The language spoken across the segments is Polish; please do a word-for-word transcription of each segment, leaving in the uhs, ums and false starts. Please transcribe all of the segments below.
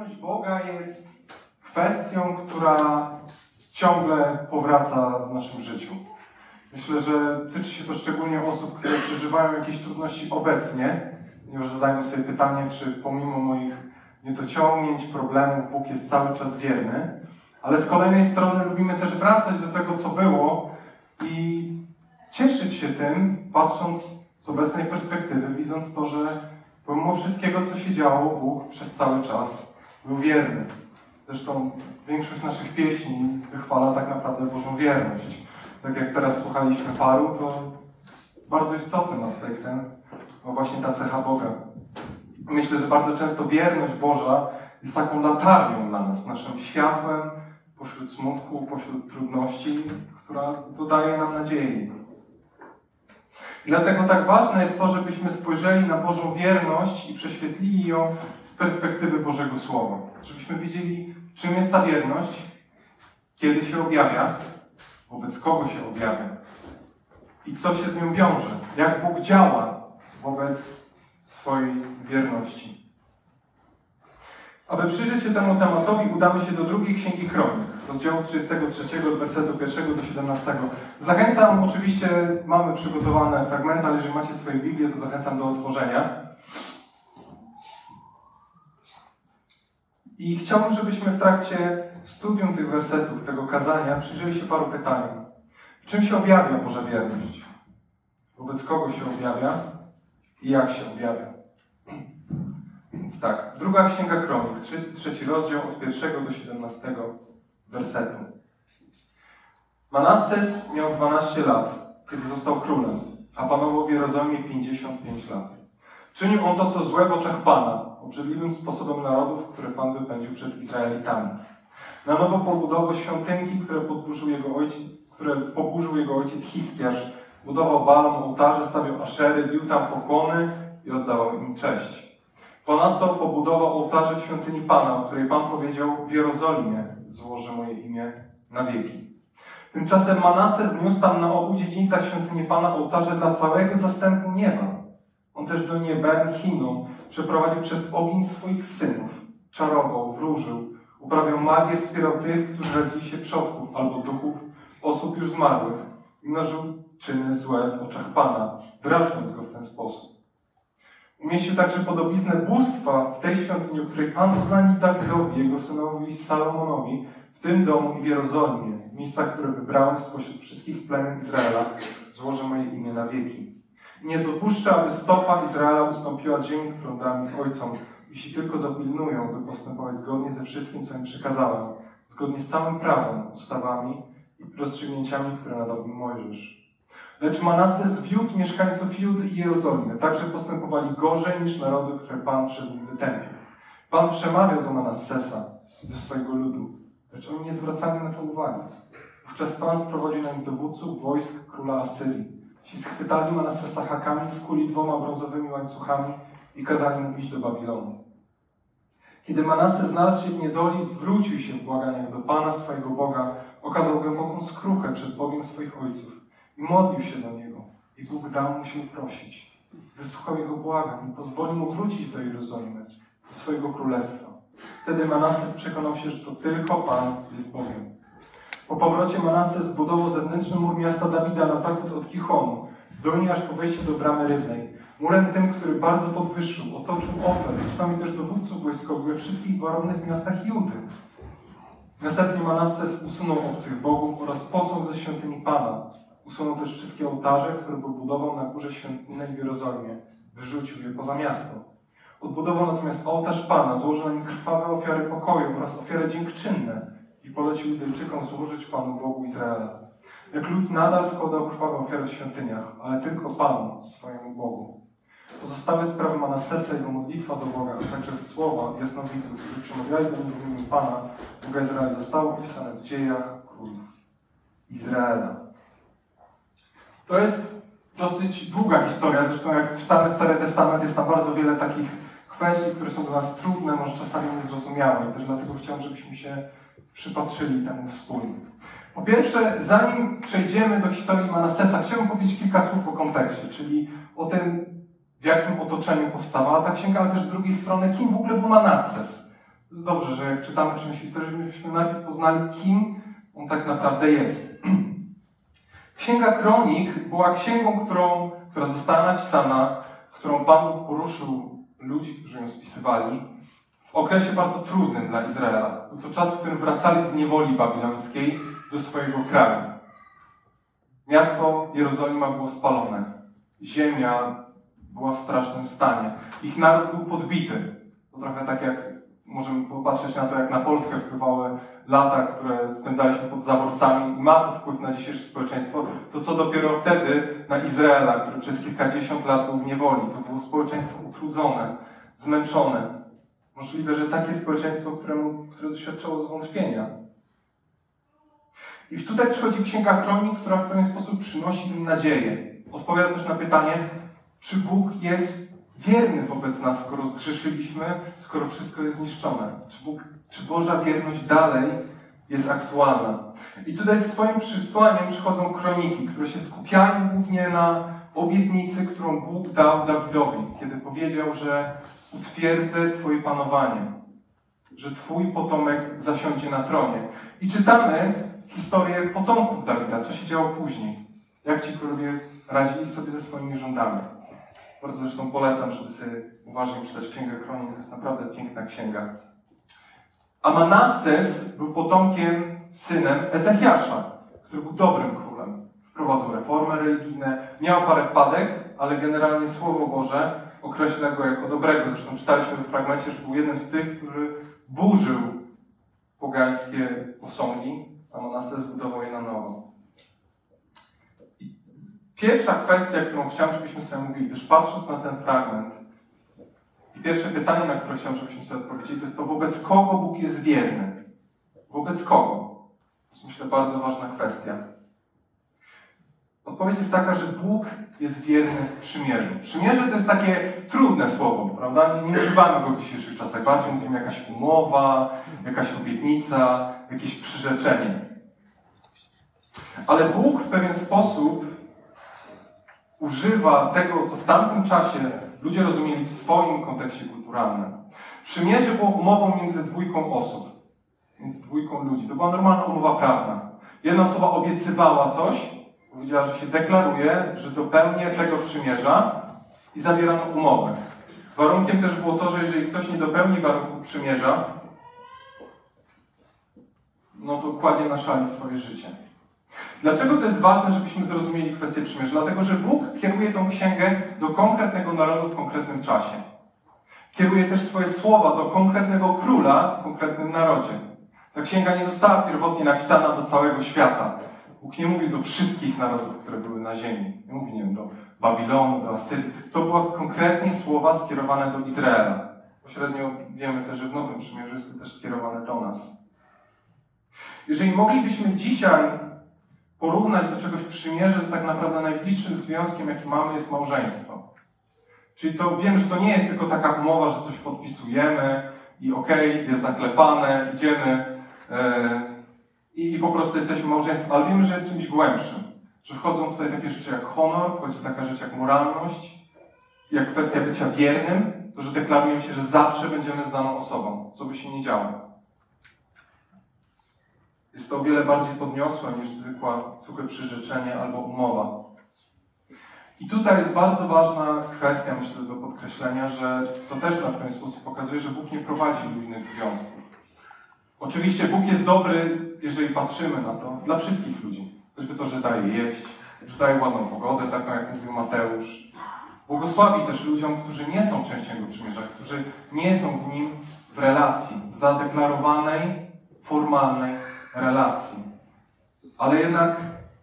Wierność Boga jest kwestią, która ciągle powraca w naszym życiu. Myślę, że tyczy się to szczególnie osób, które przeżywają jakieś trudności obecnie, ponieważ zadajmy sobie pytanie, czy pomimo moich niedociągnięć, problemów, Bóg jest cały czas wierny. Ale z kolejnej strony lubimy też wracać do tego, co było i cieszyć się tym, patrząc z obecnej perspektywy, widząc to, że pomimo wszystkiego, co się działo, Bóg przez cały czas był wierny. Zresztą większość naszych pieśni wychwala tak naprawdę Bożą wierność. Tak jak teraz słuchaliśmy paru, to bardzo istotnym aspektem no właśnie ta cecha Boga. Myślę, że bardzo często wierność Boża jest taką latarnią dla nas, naszym światłem pośród smutku, pośród trudności, która dodaje nam nadziei. I dlatego tak ważne jest to, żebyśmy spojrzeli na Bożą wierność i prześwietlili ją z perspektywy Bożego Słowa. Żebyśmy wiedzieli, czym jest ta wierność, kiedy się objawia, wobec kogo się objawia i co się z nią wiąże, jak Bóg działa wobec swojej wierności. Aby przyjrzeć się temu tematowi, udamy się do drugiej Księgi Kronik, rozdziału trzydziestego trzeciego, od wersetu pierwszego do siedemnastego. Zachęcam, oczywiście mamy przygotowane fragmenty, ale jeżeli macie swoje Biblię, to zachęcam do otworzenia. I chciałbym, żebyśmy w trakcie studium tych wersetów, tego kazania, przyjrzeli się paru pytaniom. W czym się objawia Boża wierność? Wobec kogo się objawia i jak się objawia? Więc tak, druga Księga Kronik, trzydziesty trzeci rozdział, od pierwszego do siedemnastego wersetu. Manasses miał dwanaście lat, kiedy został królem, a panował w Jerozolimie pięćdziesiąt pięć lat. Czynił on to, co złe w oczach Pana, obrzydliwym sposobem narodów, które Pan wypędził przed Izraelitami. Na nowo pobudował świątynki, które, podburzył jego ojciec, które poburzył jego ojciec Hiskiarz. Budował Baalom ołtarze, stawiał aszery, bił tam pokłony i oddawał im cześć. Ponadto pobudował ołtarze w świątyni Pana, o której Pan powiedział: w Jerozolimie złożę moje imię na wieki. Tymczasem Manasses zniósł tam na obu dziedzińcach świątyni Pana ołtarze dla całego zastępu nieba. On też do nieba Hinnom przeprowadził przez ogień swoich synów, czarował, wróżył, uprawiał magię, wspierał tych, którzy radzili się przodków albo duchów osób już zmarłych i mnożył czyny złe w oczach Pana, drażniąc go w ten sposób. Umieścił także podobiznę bóstwa w tej świątyni, o której Pan oznajmił Dawidowi, jego synowi Salomonowi, w tym domu i w Jerozolimie, w miejscach, które wybrałem spośród wszystkich plemion Izraela, złożę moje imię na wieki. Nie dopuszczę, aby stopa Izraela ustąpiła z ziemi, którą dałem ich ojcom, jeśli tylko dopilnują, by postępować zgodnie ze wszystkim, co im przekazałem, zgodnie z całym prawem, ustawami i rozstrzygnięciami, które nadał im Mojżesz. Lecz Manasses zwiódł mieszkańców Judy i Jerozolimy, także postępowali gorzej niż narody, które Pan przed nim wytępił. Pan przemawiał do Manassesa, do swojego ludu, lecz oni nie zwracali na to uwagi. Wówczas Pan sprowadził na nich dowódców wojsk króla Asyrii. Ci schwytali Manassesa hakami, skuli dwoma brązowymi łańcuchami i kazali mu iść do Babilonu. Kiedy Manasses znalazł się w niedoli, zwrócił się w błaganiach do Pana swojego Boga, okazał głęboką skruchę przed Bogiem swoich ojców i modlił się do Niego. I Bóg dał mu się prosić. Wysłuchał jego błagań i pozwolił mu wrócić do Jerozolimy, do swojego królestwa. Wtedy Manasses przekonał się, że to tylko Pan jest Bogiem. Po powrocie Manasses zbudował zewnętrzny mur miasta Dawida na zachód od Gichonu, do niej aż po wejście do bramy rybnej. Murem tym, który bardzo podwyższył, otoczył Ofer, ustawił też dowódców wojskowych we wszystkich warownych miastach Judy. Następnie Manasses usunął obcych bogów oraz posąg ze świątyni Pana. Usunął też wszystkie ołtarze, które budował na górze świątynnej w Jerozolimie. Wyrzucił je poza miasto. Odbudował natomiast ołtarz Pana, złożył na nim krwawe ofiary pokoju oraz ofiary dziękczynne i polecił Judejczykom złożyć Panu Bogu Izraela. Jak lud nadal składał krwawe ofiary w świątyniach, ale tylko Panu, swojemu Bogu. Pozostałe sprawy Manassesa, jego modlitwa do Boga, a także słowa jasnowidzów, którzy przemawiali do niego w imieniu Pana, Boga Izraela, zostały opisane w dziejach królów Izraela. To jest dosyć długa historia, zresztą jak czytamy Stary Testament, jest tam bardzo wiele takich kwestii, które są dla nas trudne, może czasami niezrozumiałe i też dlatego chciałem, żebyśmy się przypatrzyli temu wspólnie. Po pierwsze, zanim przejdziemy do historii Manassesa, chciałbym powiedzieć kilka słów o kontekście, czyli o tym, w jakim otoczeniu powstawała ta księga, ale też z drugiej strony, kim w ogóle był Manasses. To jest dobrze, że jak czytamy czymś historię, żebyśmy najpierw poznali, kim on tak naprawdę jest. Księga Kronik była księgą, którą, która została napisana, którą Pan Bóg poruszył ludzi, którzy ją spisywali, w okresie bardzo trudnym dla Izraela. Był to czas, w którym wracali z niewoli babilońskiej do swojego kraju. Miasto Jerozolima było spalone. Ziemia była w strasznym stanie. Ich naród był podbity. To trochę tak jak możemy popatrzeć na to, jak na Polskę wpływały lata, które spędzaliśmy pod zaborcami i ma to wpływ na dzisiejsze społeczeństwo, to co dopiero wtedy na Izraela, który przez kilkadziesiąt lat był w niewoli. To było społeczeństwo utrudzone, zmęczone. Możliwe, że takie społeczeństwo, któremu, które doświadczało zwątpienia. I tutaj przychodzi Księga Kronik, która w pewien sposób przynosi im nadzieję. Odpowiada też na pytanie, czy Bóg jest wierny wobec nas, skoro zgrzeszyliśmy, skoro wszystko jest zniszczone. Czy, Bóg, czy Boża wierność dalej jest aktualna. I tutaj swoim przysłaniem przychodzą kroniki, które się skupiają głównie na obietnicy, którą Bóg dał Dawidowi, kiedy powiedział, że utwierdzę Twoje panowanie, że Twój potomek zasiądzie na tronie. I czytamy historię potomków Dawida, co się działo później. Jak ci królowie radzili sobie ze swoimi rządami. Bardzo zresztą polecam, żeby sobie uważnie czytać Księgę Kronik. To jest naprawdę piękna księga. A Manasses był potomkiem, synem Ezechiasza, który był dobrym królem. Wprowadzał reformy religijne, miał parę wpadek, ale generalnie Słowo Boże określa go jako dobrego. Zresztą czytaliśmy w fragmencie, że był jednym z tych, który burzył pogańskie posągi, a Manasses zbudował je na nowo. I pierwsza kwestia, którą chciałem, żebyśmy sobie mówili, też patrząc na ten fragment, i pierwsze pytanie, na które chciałem, żebyśmy sobie odpowiedzieli, to jest to, wobec kogo Bóg jest wierny? Wobec kogo? To jest, myślę, bardzo ważna kwestia. Odpowiedź jest taka, że Bóg jest wierny w przymierzu. Przymierze to jest takie trudne słowo, prawda? Nie, nie używamy go w dzisiejszych czasach. Bardziej mówimy jakaś umowa, jakaś obietnica, jakieś przyrzeczenie. Ale Bóg w pewien sposób używa tego, co w tamtym czasie ludzie rozumieli w swoim kontekście kulturalnym. Przymierze było umową między dwójką osób, między dwójką ludzi. To była normalna umowa prawna. Jedna osoba obiecywała coś, powiedziała, że się deklaruje, że dopełnię tego przymierza i zawierano umowę. Warunkiem też było to, że jeżeli ktoś nie dopełni warunków przymierza, no to kładzie na szali swoje życie. Dlaczego to jest ważne, żebyśmy zrozumieli kwestię przymierza? Dlatego, że Bóg kieruje tą księgę do konkretnego narodu w konkretnym czasie. Kieruje też swoje słowa do konkretnego króla w konkretnym narodzie. Ta księga nie została pierwotnie napisana do całego świata. Bóg nie mówi do wszystkich narodów, które były na ziemi. Nie mówi, nie wiem, do Babilonu, do Asyrii. To były konkretnie słowa skierowane do Izraela. Pośrednio wiemy też, że w Nowym Przymierzu jest to też skierowane do nas. Jeżeli moglibyśmy dzisiaj porównać do czegoś przymierze, to tak naprawdę najbliższym związkiem, jaki mamy, jest małżeństwo. Czyli to wiem, że to nie jest tylko taka umowa, że coś podpisujemy i okej, okay, jest zaklepane, idziemy yy, i, i po prostu jesteśmy małżeństwem, ale wiemy, że jest czymś głębszym. Że wchodzą tutaj takie rzeczy jak honor, wchodzi taka rzecz jak moralność, jak kwestia bycia wiernym, to, że deklarujemy się, że zawsze będziemy z daną osobą, co by się nie działo. Jest to o wiele bardziej podniosłe niż zwykła suche przyrzeczenie albo umowa. I tutaj jest bardzo ważna kwestia, myślę, do podkreślenia, że to też na pewien sposób pokazuje, że Bóg nie prowadzi luźnych związków. Oczywiście Bóg jest dobry, jeżeli patrzymy na to, dla wszystkich ludzi. Choćby to, że daje jeść, że daje ładną pogodę, taką jak mówił Mateusz. Błogosławi też ludziom, którzy nie są częścią Jego przymierza, którzy nie są w Nim w relacji, zadeklarowanej, formalnej relacji. Ale jednak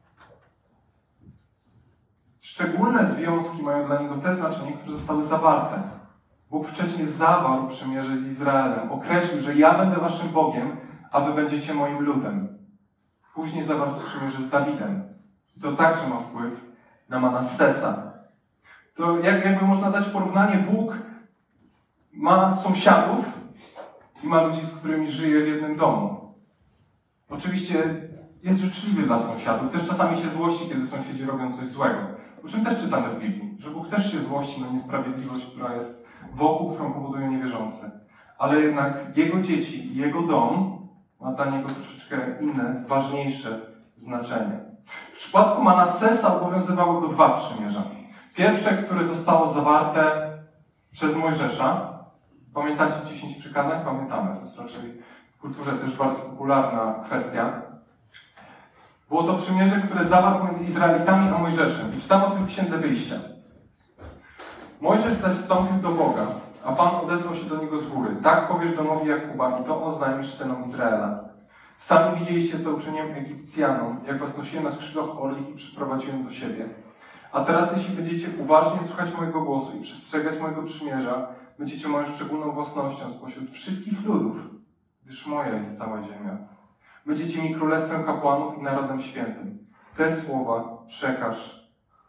szczególne związki mają dla Niego te znaczenie, które zostały zawarte. Bóg wcześniej zawarł przymierze z Izraelem. Określił, że ja będę waszym Bogiem, a wy będziecie moim ludem. Później zawarł przymierze z Dawidem. To także ma wpływ na Manassesa. To jak, jakby można dać porównanie, Bóg ma sąsiadów i ma ludzi, z którymi żyje w jednym domu. Oczywiście jest życzliwy dla sąsiadów. Też czasami się złości, kiedy sąsiedzi robią coś złego. O czym też czytamy w Biblii. Że Bóg też się złości na niesprawiedliwość, która jest wokół, którą powodują niewierzący. ale jednak jego dzieci i jego dom ma dla niego troszeczkę inne, ważniejsze znaczenie. W przypadku Manassesa obowiązywały go dwa przymierza. Pierwsze, które zostało zawarte przez Mojżesza. Pamiętacie dziesięć przykazań? Pamiętamy. To jest raczej w kulturze też bardzo popularna kwestia. Było to przymierze, które zawarł między Izraelitami a Mojżeszem. I czytamy o tym w Księdze Wyjścia. Mojżesz zaś wstąpił do Boga, a Pan odezwał się do niego z góry. Tak powiesz domowi Jakuba i to oznajmisz synom Izraela. Sami widzieliście, co uczyniłem Egipcjanom, jak was nosiłem na skrzydłach orlich i przyprowadziłem do siebie. A teraz, jeśli będziecie uważnie słuchać mojego głosu i przestrzegać mojego przymierza, będziecie moją szczególną własnością spośród wszystkich ludów, gdyż moja jest cała ziemia. Będziecie mi królestwem kapłanów i narodem świętym. Te słowa przekaż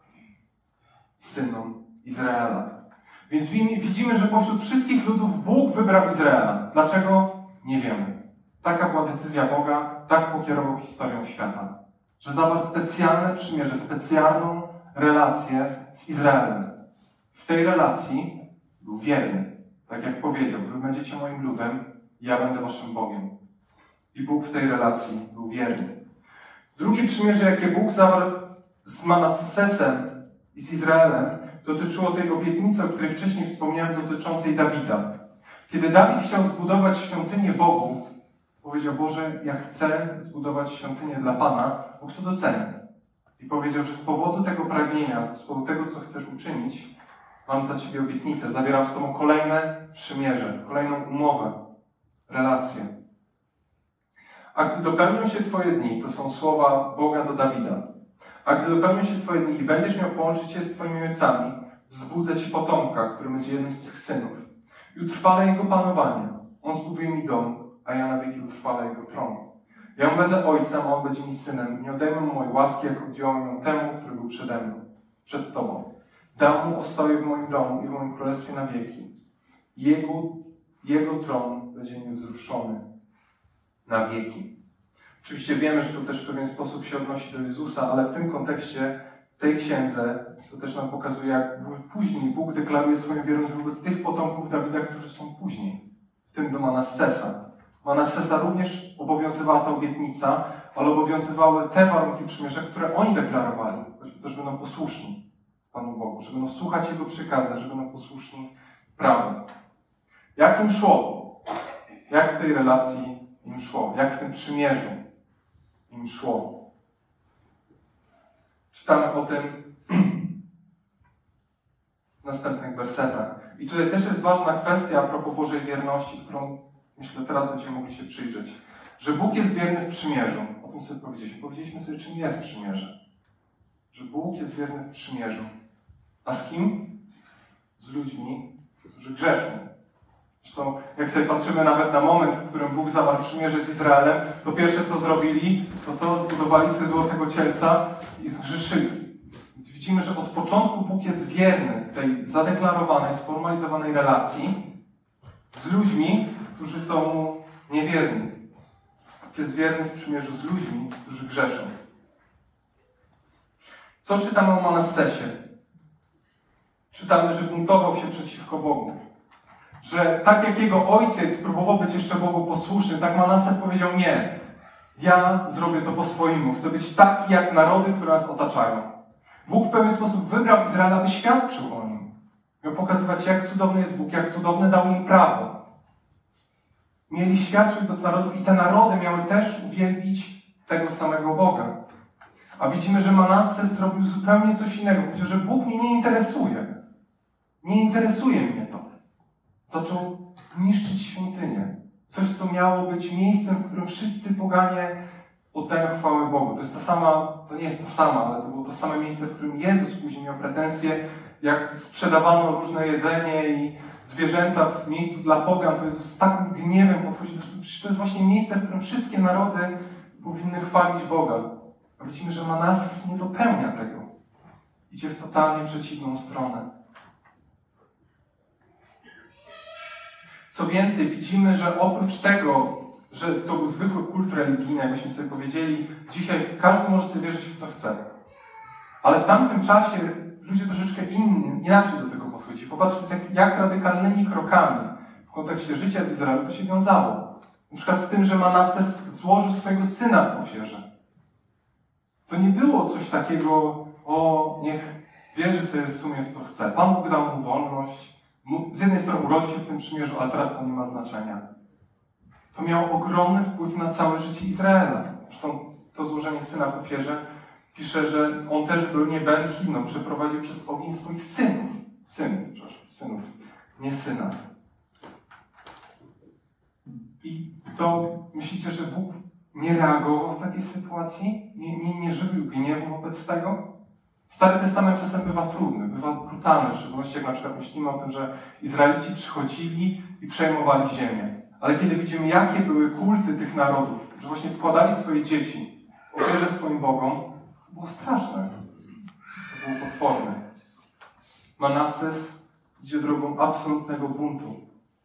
synom Izraela. Więc widzimy, że pośród wszystkich ludów Bóg wybrał Izraela. Dlaczego? Nie wiemy. Taka była decyzja Boga, tak pokierował historią świata. Że zawarł specjalne przymierze, specjalną relację z Izraelem. W tej relacji był wierny. Tak jak powiedział, wy będziecie moim ludem, ja będę waszym Bogiem. I Bóg w tej relacji był wierny. Drugie przymierze, jakie Bóg zawarł z Manassesem i z Izraelem, dotyczyło tej obietnicy, o której wcześniej wspomniałem, dotyczącej Dawida. Kiedy Dawid chciał zbudować świątynię Bogu, powiedział: Boże, ja chcę zbudować świątynię dla Pana, Bóg to doceni. I powiedział, że z powodu tego pragnienia, z powodu tego, co chcesz uczynić, mam dla Ciebie obietnicę. Zawieram z Tobą kolejne przymierze, kolejną umowę, relację. A gdy dopełnią się Twoje dni, to są słowa Boga do Dawida, a gdy dopełnią się Twoje dni i będziesz miał połączyć się z Twoimi ojcami, wzbudzę Ci potomka, który będzie jednym z Twych synów. I utrwalę jego panowanie. On zbuduje mi dom, a ja na wieki utrwalę jego tron. Ja mu będę ojcem, a on będzie mi synem. Nie odejmę mu mojej łaski, jak odjąłem ją temu, który był przede mną, przed Tobą. Dam mu ostoję w moim domu i w moim królestwie na wieki. Jego, jego tron będzie niewzruszony na wieki. Oczywiście wiemy, że to też w pewien sposób się odnosi do Jezusa, ale w tym kontekście, w tej księdze, to też nam pokazuje, jak później Bóg deklaruje swoją wierność wobec tych potomków Dawida, którzy są później, w tym do Manassesa. Manassesa również obowiązywała ta obietnica, ale obowiązywały te warunki przymierza, które oni deklarowali, że będą posłuszni Panu Bogu, że będą słuchać Jego przykazań, że będą posłuszni prawu. Jak im szło? Jak w tej relacji im szło? Jak w tym przymierzu im szło? Czytamy o tym w następnych wersetach. I tutaj też jest ważna kwestia a propos Bożej wierności, którą myślę teraz będziemy mogli się przyjrzeć. Że Bóg jest wierny w przymierzu. O tym sobie powiedzieliśmy. Powiedzieliśmy sobie, czym jest przymierze. Że Bóg jest wierny w przymierzu. A z kim? Z ludźmi, którzy grzeszą. Zresztą, jak sobie patrzymy nawet na moment, w którym Bóg zawarł przymierze z Izraelem, to pierwsze, co zrobili, to co? Zbudowali sobie złotego cielca i zgrzeszyli. Więc widzimy, że od początku Bóg jest wierny w tej zadeklarowanej, sformalizowanej relacji z ludźmi, którzy są mu niewierni. Bóg jest wierny w przymierzu z ludźmi, którzy grzeszą. Co czytamy o Manassesie? Czytamy, że buntował się przeciwko Bogu. Że tak jak jego ojciec próbował być jeszcze Bogu posłuszny, tak Manasses powiedział: nie, ja zrobię to po swojemu. Chcę być taki jak narody, które nas otaczają. Bóg w pewien sposób wybrał Izraela, by świadczył o nim. Miał pokazywać, jak cudowny jest Bóg, jak cudowne dał im prawo. Mieli świadczyć wobec narodów i te narody miały też uwielbić tego samego Boga. A widzimy, że Manasses zrobił zupełnie coś innego. Powiedział, że Bóg mnie nie interesuje. Nie interesuje mnie to. Zaczął niszczyć świątynię. Coś, co miało być miejscem, w którym wszyscy poganie oddają chwałę Bogu. To jest ta sama, to nie jest to sama, ale to było to same miejsce, w którym Jezus później miał pretensje, jak sprzedawano różne jedzenie i zwierzęta w miejscu dla pogan, to Jezus z takim gniewem podchodzi. To jest właśnie miejsce, w którym wszystkie narody powinny chwalić Boga. A widzimy, że Manasses nie dopełnia tego. Idzie w totalnie przeciwną stronę. Co więcej, widzimy, że oprócz tego, że to był zwykły kult religijny, jakbyśmy sobie powiedzieli, dzisiaj każdy może sobie wierzyć w co chce. Ale w tamtym czasie ludzie troszeczkę inni, inaczej do tego podchodzili. Popatrzcie, jak, jak radykalnymi krokami w kontekście życia w Izraelu to się wiązało. Na przykład z tym, że Manasses złożył swojego syna w ofierze. To nie było coś takiego, o niech wierzy sobie w sumie w co chce. Pan Bóg dał mu wolność. Z jednej strony urodził się w tym przymierzu, ale teraz to nie ma znaczenia. To miało ogromny wpływ na całe życie Izraela. Zresztą to złożenie syna w ofierze pisze, że on też w Dolinie Beli Hinnom przeprowadził przez ogień swoich synów. Synów, przepraszam, synów, nie syna. I to myślicie, że Bóg nie reagował w takiej sytuacji? Nie, nie, nie żywił gniewu wobec tego? Stary Testament czasem bywa trudny, bywa brutalny, w szczególności jak na przykład myślimy o tym, że Izraelici przychodzili i przejmowali ziemię. Ale kiedy widzimy, jakie były kulty tych narodów, że właśnie składali swoje dzieci w ofierze swoim bogom, to było straszne. To było potworne. Manasses idzie drogą absolutnego buntu.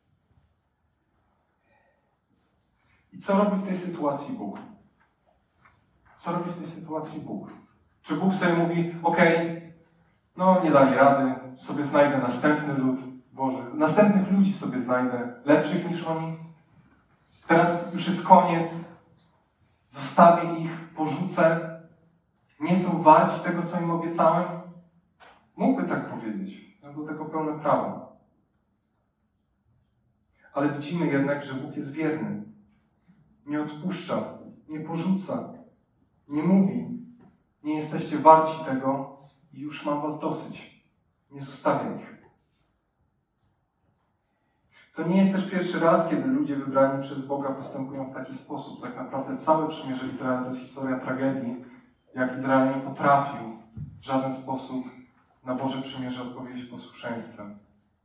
I co robi w tej sytuacji Bóg? Co robi w tej sytuacji Bóg? Czy Bóg sobie mówi, okej, okay, no nie dali rady, sobie znajdę następny lud, Boże, następnych ludzi sobie znajdę, lepszych niż oni. Teraz już jest koniec, zostawię ich, porzucę, nie są warci tego, co im obiecałem? Mógłby tak powiedzieć, miał do tego pełne prawo. Ale widzimy jednak, że Bóg jest wierny. Nie odpuszcza, nie porzuca, nie mówi, nie jesteście warci tego i już mam was dosyć. Nie zostawiam ich. To nie jest też pierwszy raz, kiedy ludzie wybrani przez Boga postępują w taki sposób. Tak naprawdę całe przymierze Izraela to jest historia tragedii, jak Izrael nie potrafił w żaden sposób na Boże przymierze odpowiedzieć posłuszeństwem.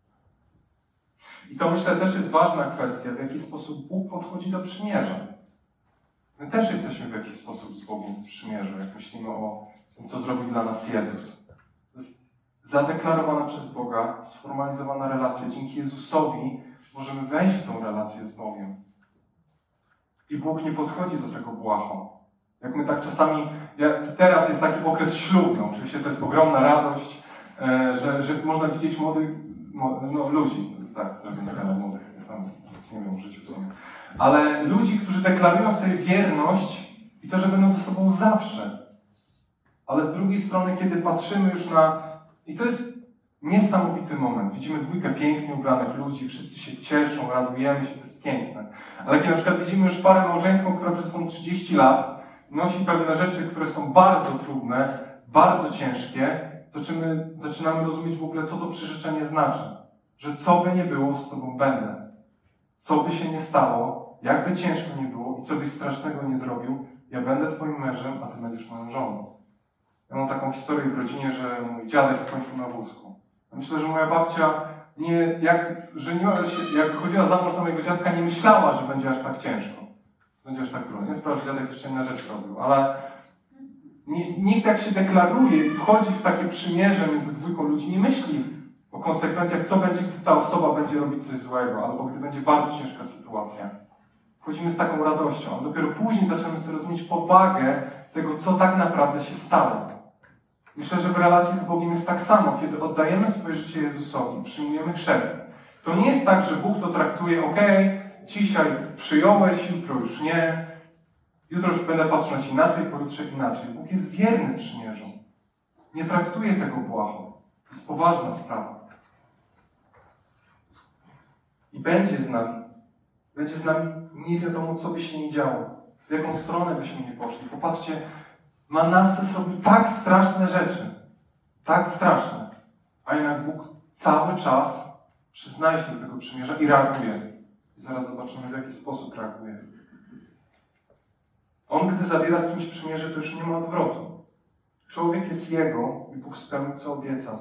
I to myślę też jest ważna kwestia, w jaki sposób Bóg podchodzi do przymierza. My też jesteśmy w jakiś sposób z Bogiem w przymierzu, jak myślimy o tym, co zrobił dla nas Jezus. To jest zadeklarowana przez Boga, sformalizowana relacja. Dzięki Jezusowi możemy wejść w tą relację z Bogiem. I Bóg nie podchodzi do tego błaho. Jak my tak czasami, ja, teraz jest taki okres ślubny, oczywiście to jest ogromna radość, e, że, że można widzieć młodych, no, ludzi, tak, co robię na kanał młodych, ja sam nic nie wiem o życiu w sumie, ale ludzi, którzy deklarują sobie wierność i to, że będą ze sobą zawsze. Ale z drugiej strony, kiedy patrzymy już na, i to jest niesamowity moment, widzimy dwójkę pięknie ubranych ludzi, wszyscy się cieszą, radujemy się, to jest piękne. Ale kiedy na przykład widzimy już parę małżeńską, która przez są trzydzieści lat, nosi pewne rzeczy, które są bardzo trudne, bardzo ciężkie, zaczynamy, zaczynamy rozumieć w ogóle, co to przyrzeczenie znaczy. Że co by nie było, z Tobą będę. Co by się nie stało, jakby ciężko nie było i co byś strasznego nie zrobił, ja będę Twoim mężem, a Ty będziesz moją żoną. Ja mam taką historię w rodzinie, że mój dziadek skończył na wózku. Myślę, że moja babcia, nie, jak żeniła się, jak wychodziła za mąż za mojego dziadka, nie myślała, że będzie aż tak ciężko. Będzie aż tak trudno. Nie sprawia, że dziadek jeszcze inne rzeczy robił, ale nie, nikt jak się deklaruje i wchodzi w takie przymierze między dwójką ludzi, nie myśli o konsekwencjach, co będzie, gdy ta osoba będzie robić coś złego, albo gdy będzie bardzo ciężka sytuacja. Wchodzimy z taką radością, a dopiero później zaczynamy sobie rozumieć powagę tego, co tak naprawdę się stało. Myślę, że w relacji z Bogiem jest tak samo, kiedy oddajemy swoje życie Jezusowi, przyjmujemy chrzest. To nie jest tak, że Bóg to traktuje, okej, okay, dzisiaj przyjąłeś, jutro już nie, jutro już będę patrzeć inaczej, pojutrze inaczej. Bóg jest wierny przymierzu. Nie traktuje tego błaho. To jest poważna sprawa. I będzie z nami. Będzie z nami nie wiadomo, co by się nie działo. W jaką stronę byśmy nie poszli. Popatrzcie, Manasses robi tak straszne rzeczy. Tak straszne. A jednak Bóg cały czas przyznaje się do tego przymierza i reaguje. I zaraz zobaczymy, w jaki sposób reaguje. On, gdy zawiera z kimś przymierze, to już nie ma odwrotu. Człowiek jest Jego i Bóg spełni, co obiecał.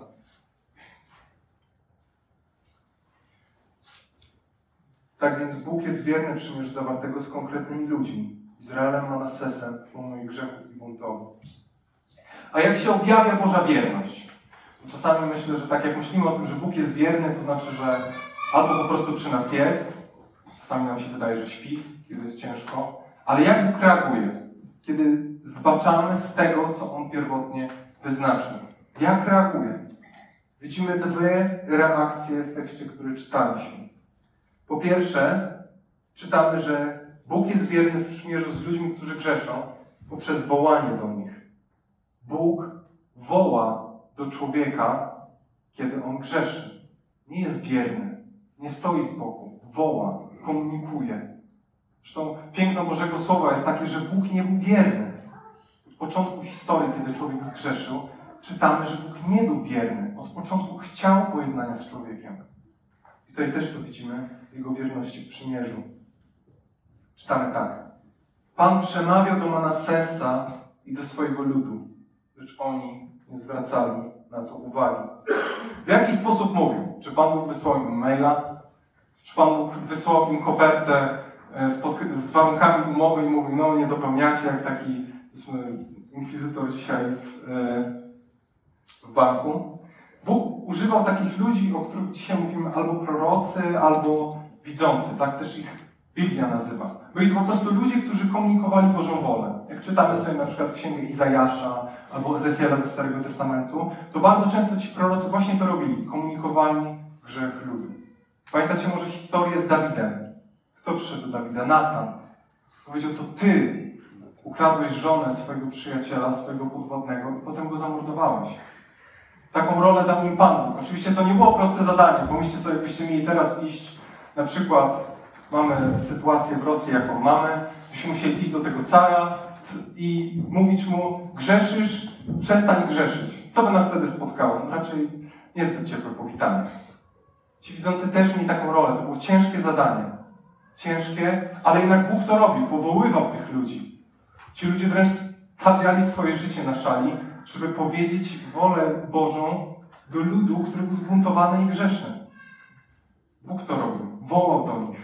Tak więc Bóg jest wierny przymierz zawartego z konkretnymi ludźmi. Izraelem, Manassesem, pomimo ich grzechów i buntowi. A jak się objawia Boża wierność? Czasami myślę, że tak jak myślimy o tym, że Bóg jest wierny, to znaczy, że albo po prostu przy nas jest, czasami nam się wydaje, że śpi, kiedy jest ciężko, ale jak Bóg reaguje, kiedy zbaczamy z tego, co On pierwotnie wyznaczył? Jak reaguje? Widzimy dwie reakcje w tekście, który czytaliśmy. Po pierwsze, czytamy, że Bóg jest wierny w przymierzu z ludźmi, którzy grzeszą, poprzez wołanie do nich. Bóg woła do człowieka, kiedy on grzeszy. Nie jest bierny, nie stoi z boku, woła, komunikuje. Zresztą piękno Bożego Słowa jest takie, że Bóg nie był bierny. Od początku historii, kiedy człowiek zgrzeszył, czytamy, że Bóg nie był bierny. Od początku chciał pojednania z człowiekiem. I tutaj też to widzimy w Jego wierności w przymierzu. Czytamy tak. Pan przemawiał do Manassesa i do swojego ludu, lecz oni nie zwracali na to uwagi. W jaki sposób mówił? Czy Pan Bóg wysłał im maila? Czy Pan Bóg wysłał im kopertę z, z warunkami umowy i mówił, no nie dopełniacie, jak taki inkwizytor dzisiaj w, w banku? Bóg używał takich ludzi, o których dzisiaj mówimy, albo prorocy, albo widzący. Tak też ich Biblia nazywa. Byli to po prostu ludzie, którzy komunikowali Bożą wolę. Jak czytamy sobie na przykład Księgę Izajasza albo Ezechiela ze Starego Testamentu, to bardzo często ci prorocy właśnie to robili. Komunikowali grzech ludu. Pamiętacie może historię z Dawidem? Kto przyszedł do Dawida? Natan. Powiedział, to ty ukradłeś żonę swojego przyjaciela, swojego podwładnego i potem go zamordowałeś. Taką rolę dał im Pan Bóg. Oczywiście to nie było proste zadanie. Pomyślcie sobie, jakbyście mieli teraz iść, na przykład mamy sytuację w Rosji, jaką mamy, byśmy musieli iść do tego cara i mówić mu, grzeszysz, przestań grzeszyć. Co by nas wtedy spotkało? No raczej niezbyt ciepłe powitanie. Ci widzący też mieli taką rolę. To było ciężkie zadanie. Ciężkie, ale jednak Bóg to robił. Powoływał tych ludzi. Ci ludzie wręcz stawiali swoje życie na szali, żeby powiedzieć wolę Bożą do ludu, który był zbuntowany i grzeszny. Bóg to robił. Wołał do nich.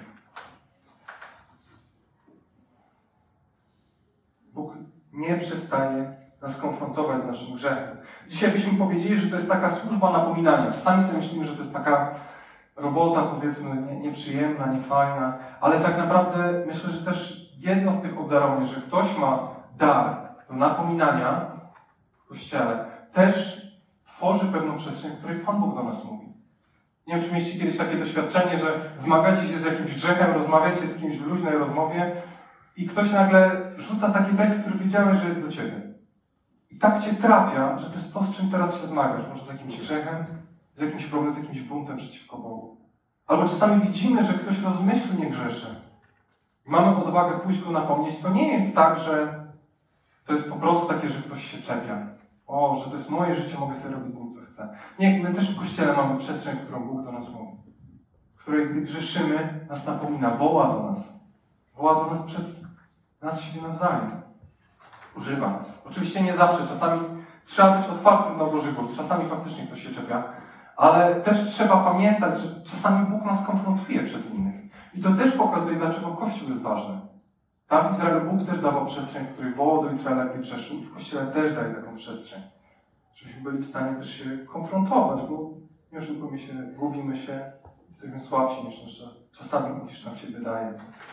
Bóg nie przestaje nas konfrontować z naszym grzechem. Dzisiaj byśmy powiedzieli, że to jest taka służba napominania. Czasami sobie myślimy, że to jest taka robota, powiedzmy, nie, nieprzyjemna, niefajna, ale tak naprawdę myślę, że też jedno z tych obdarowań, że ktoś ma dar do napominania w Kościele, też tworzy pewną przestrzeń, w której Pan Bóg do nas mówi. Nie wiem, czy mieliście kiedyś takie doświadczenie, że zmagacie się z jakimś grzechem, rozmawiacie z kimś w luźnej rozmowie i ktoś nagle rzuca taki tekst, który wiedziałeś, że jest do ciebie. I tak cię trafia, że to jest to, z czym teraz się zmagasz. Może z jakimś grzechem, z jakimś problemem, z jakimś buntem przeciwko Bogu. Albo czasami widzimy, że ktoś rozmyślnie grzeszy. I mamy odwagę pójść go napomnieć. To nie jest tak, że to jest po prostu takie, że ktoś się czepia. O, że to jest moje życie, mogę sobie robić z nim, co chcę. Nie, my też w Kościele mamy przestrzeń, w którą Bóg do nas mówi. W której, gdy grzeszymy, nas napomina, woła do nas. Woła do nas przez nas siebie nawzajem. Używa nas. Oczywiście nie zawsze. Czasami trzeba być otwartym na Boży głos. Czasami faktycznie ktoś się czepia. Ale też trzeba pamiętać, że czasami Bóg nas konfrontuje przez innych. I to też pokazuje, dlaczego Kościół jest ważny. Tam w Izraelu Bóg też dawał przestrzeń, w której wołał do Izraela, gdy grzeszył. I w Kościele też daje taką przestrzeń. Żebyśmy byli w stanie też się konfrontować, bo nie oszukujmy się, gubimy się, jesteśmy słabsi niż nasza, czasami niż nam się wydaje.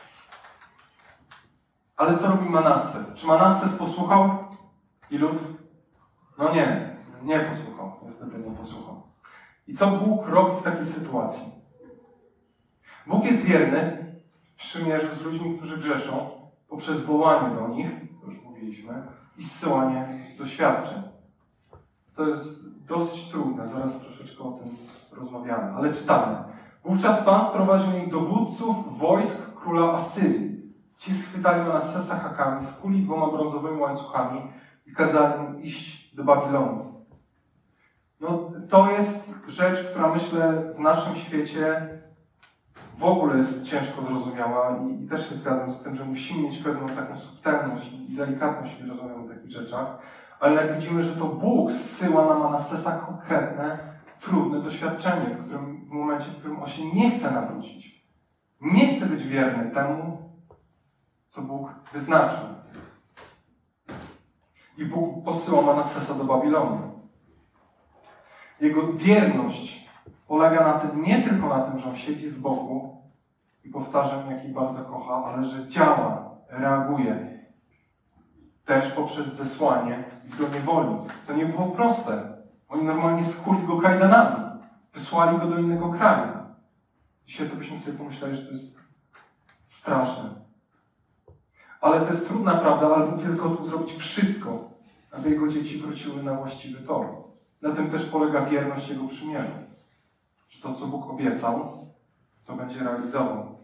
Ale co robi Manasses? Czy Manasses posłuchał i lud? No nie, nie posłuchał. Niestety nie posłuchał. I co Bóg robi w takiej sytuacji? Bóg jest wierny w przymierzu z ludźmi, którzy grzeszą, poprzez wołanie do nich, to już mówiliśmy, i zsyłanie doświadczeń. To jest dosyć trudne, zaraz troszeczkę o tym rozmawiamy, ale czytamy. Wówczas Pan sprowadził ich dowódców wojsk króla Asyrii. Ci schwytali Manassesa hakami, skuli dwoma brązowymi łańcuchami i kazali mu iść do Babilonu. No, to jest rzecz, która myślę w naszym świecie w ogóle jest ciężko zrozumiała i, i też się zgadzam z tym, że musimy mieć pewną taką subtelność i delikatność w rozumieniu takich rzeczach, ale jak widzimy, że to Bóg zsyła na Manassesa konkretne, trudne doświadczenie, w, którym, w momencie, w którym on się nie chce nawrócić. Nie chce być wierny temu, co Bóg wyznaczył. I Bóg posyła Manassesa do Babilonu. Jego wierność polega na tym, nie tylko na tym, że on siedzi z boku i powtarza mi, jak ich bardzo kocha, ale że działa, reaguje. Też poprzez zesłanie ich do niewoli. To nie było proste. Oni normalnie skuli go kajdanami. Wysłali go do innego kraju. Dzisiaj to byśmy sobie pomyśleli, że to jest straszne. Ale to jest trudna prawda, ale Bóg jest gotów zrobić wszystko, aby Jego dzieci wróciły na właściwy tor. Na tym też polega wierność Jego przymierzu. Że to, co Bóg obiecał, to będzie realizował.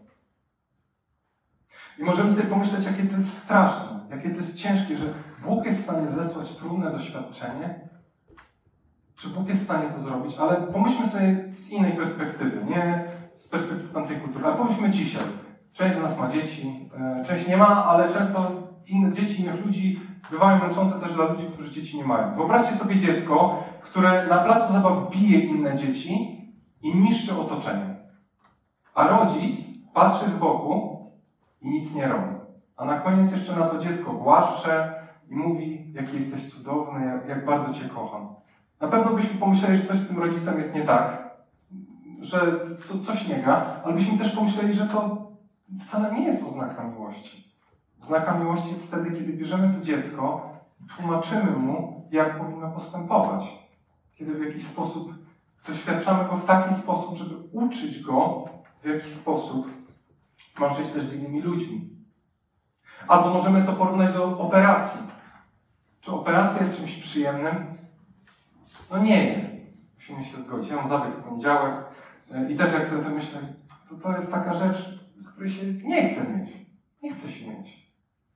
I możemy sobie pomyśleć, jakie to jest straszne, jakie to jest ciężkie, że Bóg jest w stanie zesłać trudne doświadczenie. Czy Bóg jest w stanie to zrobić? Ale pomyślmy sobie z innej perspektywy, nie z perspektywy tamtej kultury, ale pomyślmy dzisiaj. Część z nas ma dzieci, część nie ma, ale często inne dzieci innych ludzi bywają męczące też dla ludzi, którzy dzieci nie mają. Wyobraźcie sobie dziecko, które na placu zabaw bije inne dzieci i niszczy otoczenie. A rodzic patrzy z boku i nic nie robi. A na koniec jeszcze na to dziecko głaszcze i mówi, jaki jesteś cudowny, jak, jak bardzo Cię kocham. Na pewno byśmy pomyśleli, że coś z tym rodzicem jest nie tak, że co, coś nie gra, ale byśmy też pomyśleli, że to wcale nie jest oznaka miłości. Oznaka miłości jest wtedy, kiedy bierzemy to dziecko i tłumaczymy mu, jak powinno postępować. Kiedy w jakiś sposób doświadczamy go w taki sposób, żeby uczyć go, w jaki sposób ma żyć też z innymi ludźmi. Albo możemy to porównać do operacji. Czy operacja jest czymś przyjemnym? No nie jest. Musimy się zgodzić. Ja mam zabieg w poniedziałek i też jak sobie to myślę, to to jest taka rzecz, której się nie chce mieć. Nie chce się mieć.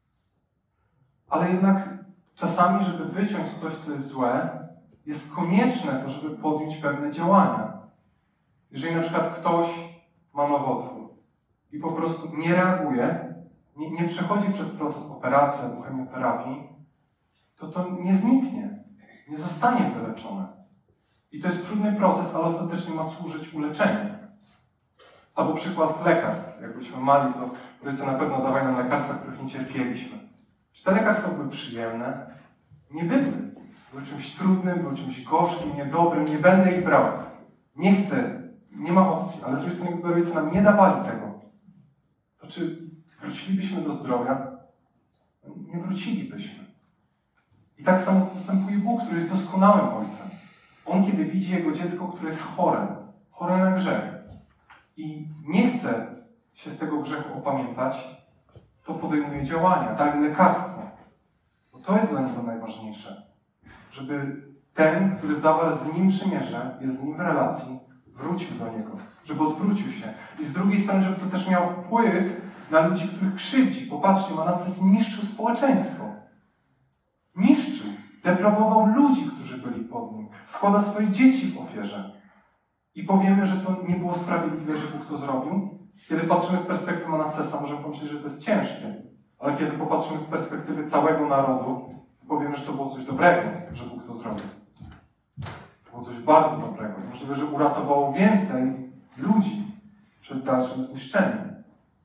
Ale jednak czasami, żeby wyciąć coś, co jest złe, jest konieczne to, żeby podjąć pewne działania. Jeżeli na przykład ktoś ma nowotwór i po prostu nie reaguje, nie, nie przechodzi przez proces operacji albo chemioterapii, to to nie zniknie, nie zostanie wyleczone. I to jest trudny proces, ale ostatecznie ma służyć uleczeniu. Albo przykład lekarstw. Jak byliśmy mali, to rodzice na pewno dawali nam lekarstwa, których nie cierpieliśmy. Czy te lekarstwa były przyjemne? Nie były. Były czymś trudnym, były czymś gorzkim, niedobrym. Nie będę ich brał. Nie chcę. Nie ma opcji. Ale z drugiej strony, gdyby rodzice nam nie dawali tego, to czy wrócilibyśmy do zdrowia? Nie wrócilibyśmy. I tak samo postępuje Bóg, który jest doskonałym Ojcem. On, kiedy widzi Jego dziecko, które jest chore, chore na grzech i nie chce się z tego grzechu opamiętać, to podejmuje działania, daje lekarstwo. Bo to jest dla Niego najważniejsze. Żeby ten, który zawarł z Nim przymierze, jest z Nim w relacji, wrócił do Niego. Żeby odwrócił się. I z drugiej strony, żeby to też miało wpływ na ludzi, których krzywdzi. Popatrzcie, Manasses niszczył społeczeństwo. Niszczył. Deprawował ludzi, którzy byli pod nim. Składa swoje dzieci w ofierze. I powiemy, że to nie było sprawiedliwe, że Bóg to zrobił. Kiedy patrzymy z perspektywy Manassesa, możemy pomyśleć, że to jest ciężkie. Ale kiedy popatrzymy z perspektywy całego narodu, powiemy, że to było coś dobrego, że Bóg to zrobił. To było coś bardzo dobrego. Możliwe, że uratowało więcej ludzi przed dalszym zniszczeniem.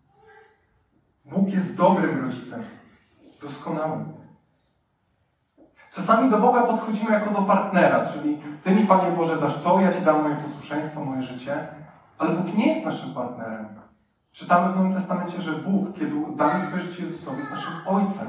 Bóg jest dobrym rodzicem. Doskonałym. Czasami do Boga podchodzimy jako do partnera, czyli Ty mi, Panie Boże, dasz to, ja Ci dam moje posłuszeństwo, moje życie, ale Bóg nie jest naszym partnerem. Czytamy w Nowym Testamencie, że Bóg, kiedy damy swoje życie Jezusowi, jest naszym Ojcem.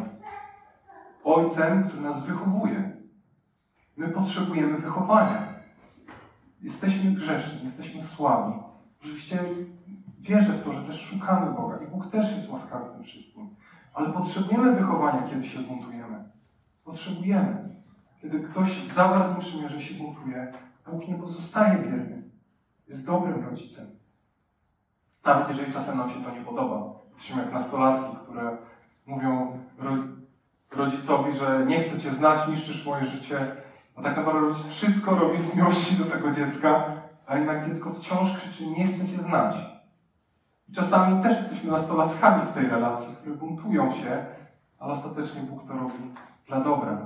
Ojcem, który nas wychowuje. My potrzebujemy wychowania. Jesteśmy grzeszni, jesteśmy słabi. Oczywiście wierzę w to, że też szukamy Boga i Bóg też jest łaskawy w tym wszystkim. Ale potrzebujemy wychowania, kiedy się buntujemy. Potrzebujemy. Kiedy ktoś zawarł z nim przymierze, się buntuje, Bóg nie pozostaje bierny. Jest dobrym rodzicem. Nawet jeżeli czasem nam się to nie podoba. Jesteśmy jak nastolatki, które mówią rodzicowi, że nie chcę Cię znać, niszczysz moje życie. A tak naprawdę rodzic wszystko robi z miłości do tego dziecka, a jednak dziecko wciąż krzyczy, nie chcę Cię znać. I czasami też jesteśmy nastolatkami w tej relacji, które buntują się, ale ostatecznie Bóg to robi dla dobra.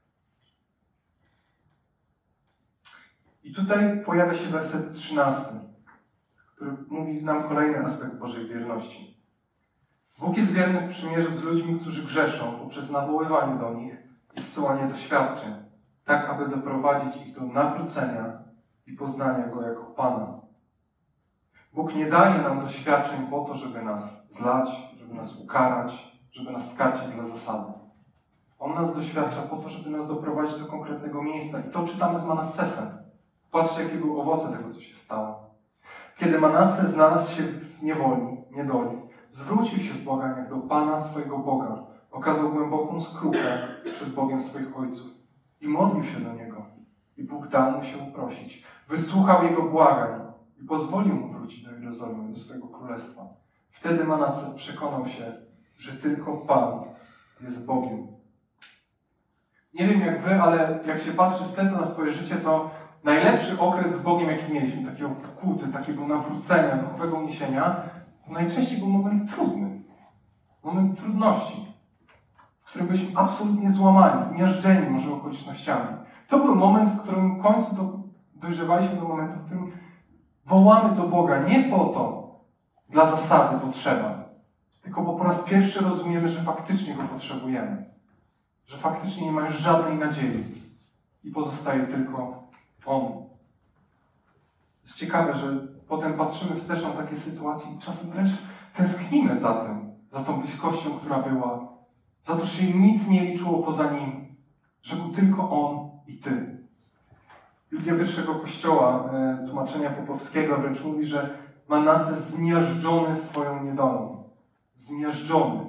I tutaj pojawia się werset trzynasty, który mówi nam kolejny aspekt Bożej wierności. Bóg jest wierny w przymierzu z ludźmi, którzy grzeszą poprzez nawoływanie do nich i zsyłanie doświadczeń, tak aby doprowadzić ich do nawrócenia i poznania Go jako Pana. Bóg nie daje nam doświadczeń po to, żeby nas zlać, żeby nas ukarać, żeby nas skarcić dla zasady. On nas doświadcza po to, żeby nas doprowadzić do konkretnego miejsca. I to czytamy z Manassesem. Patrzcie, jakie były owoce tego, co się stało. Kiedy Manasses znalazł się w niewoli, niedoli, zwrócił się w błaganiach do Pana swojego Boga, okazał głęboką skruchę przed Bogiem swoich ojców i modlił się do Niego. I Bóg dał mu się uprosić. Wysłuchał jego błagań i pozwolił mu wrócić do Jerozolimy, do swojego królestwa. Wtedy Manasses przekonał się, że tylko Pan jest Bogiem. Nie wiem jak wy, ale jak się patrzy wtedy na swoje życie, to najlepszy okres z Bogiem, jaki mieliśmy, takiego pokuty, takiego nawrócenia, duchowego uniesienia, to najczęściej był moment trudny. Moment trudności, w którym byliśmy absolutnie złamani, zmiażdżeni może okolicznościami. To był moment, w którym w końcu do, dojrzewaliśmy do momentu, w którym wołamy do Boga nie po to, dla zasady, bo trzeba, tylko bo po raz pierwszy rozumiemy, że faktycznie Go potrzebujemy. Że faktycznie nie ma już żadnej nadziei i pozostaje tylko On. Jest ciekawe, że potem patrzymy wstecz na takie sytuacje i czasem wręcz tęsknimy za tym, za tą bliskością, która była, za to, że się nic nie liczyło poza Nim, że był tylko On i Ty. Biblia pierwszego Kościoła, e, tłumaczenia popowskiego, wręcz mówi, że Manasses zmiażdżony swoją niedolą. Zmiażdżony.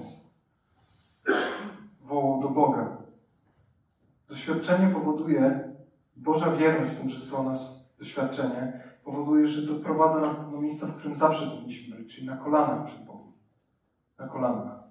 Wołał do Boga. Doświadczenie powoduje, Boża wierność w tym, że są nas doświadczenie, powoduje, że doprowadza nas do miejsca, w którym zawsze powinniśmy być, czyli na kolanach przed Bogiem. Na kolanach.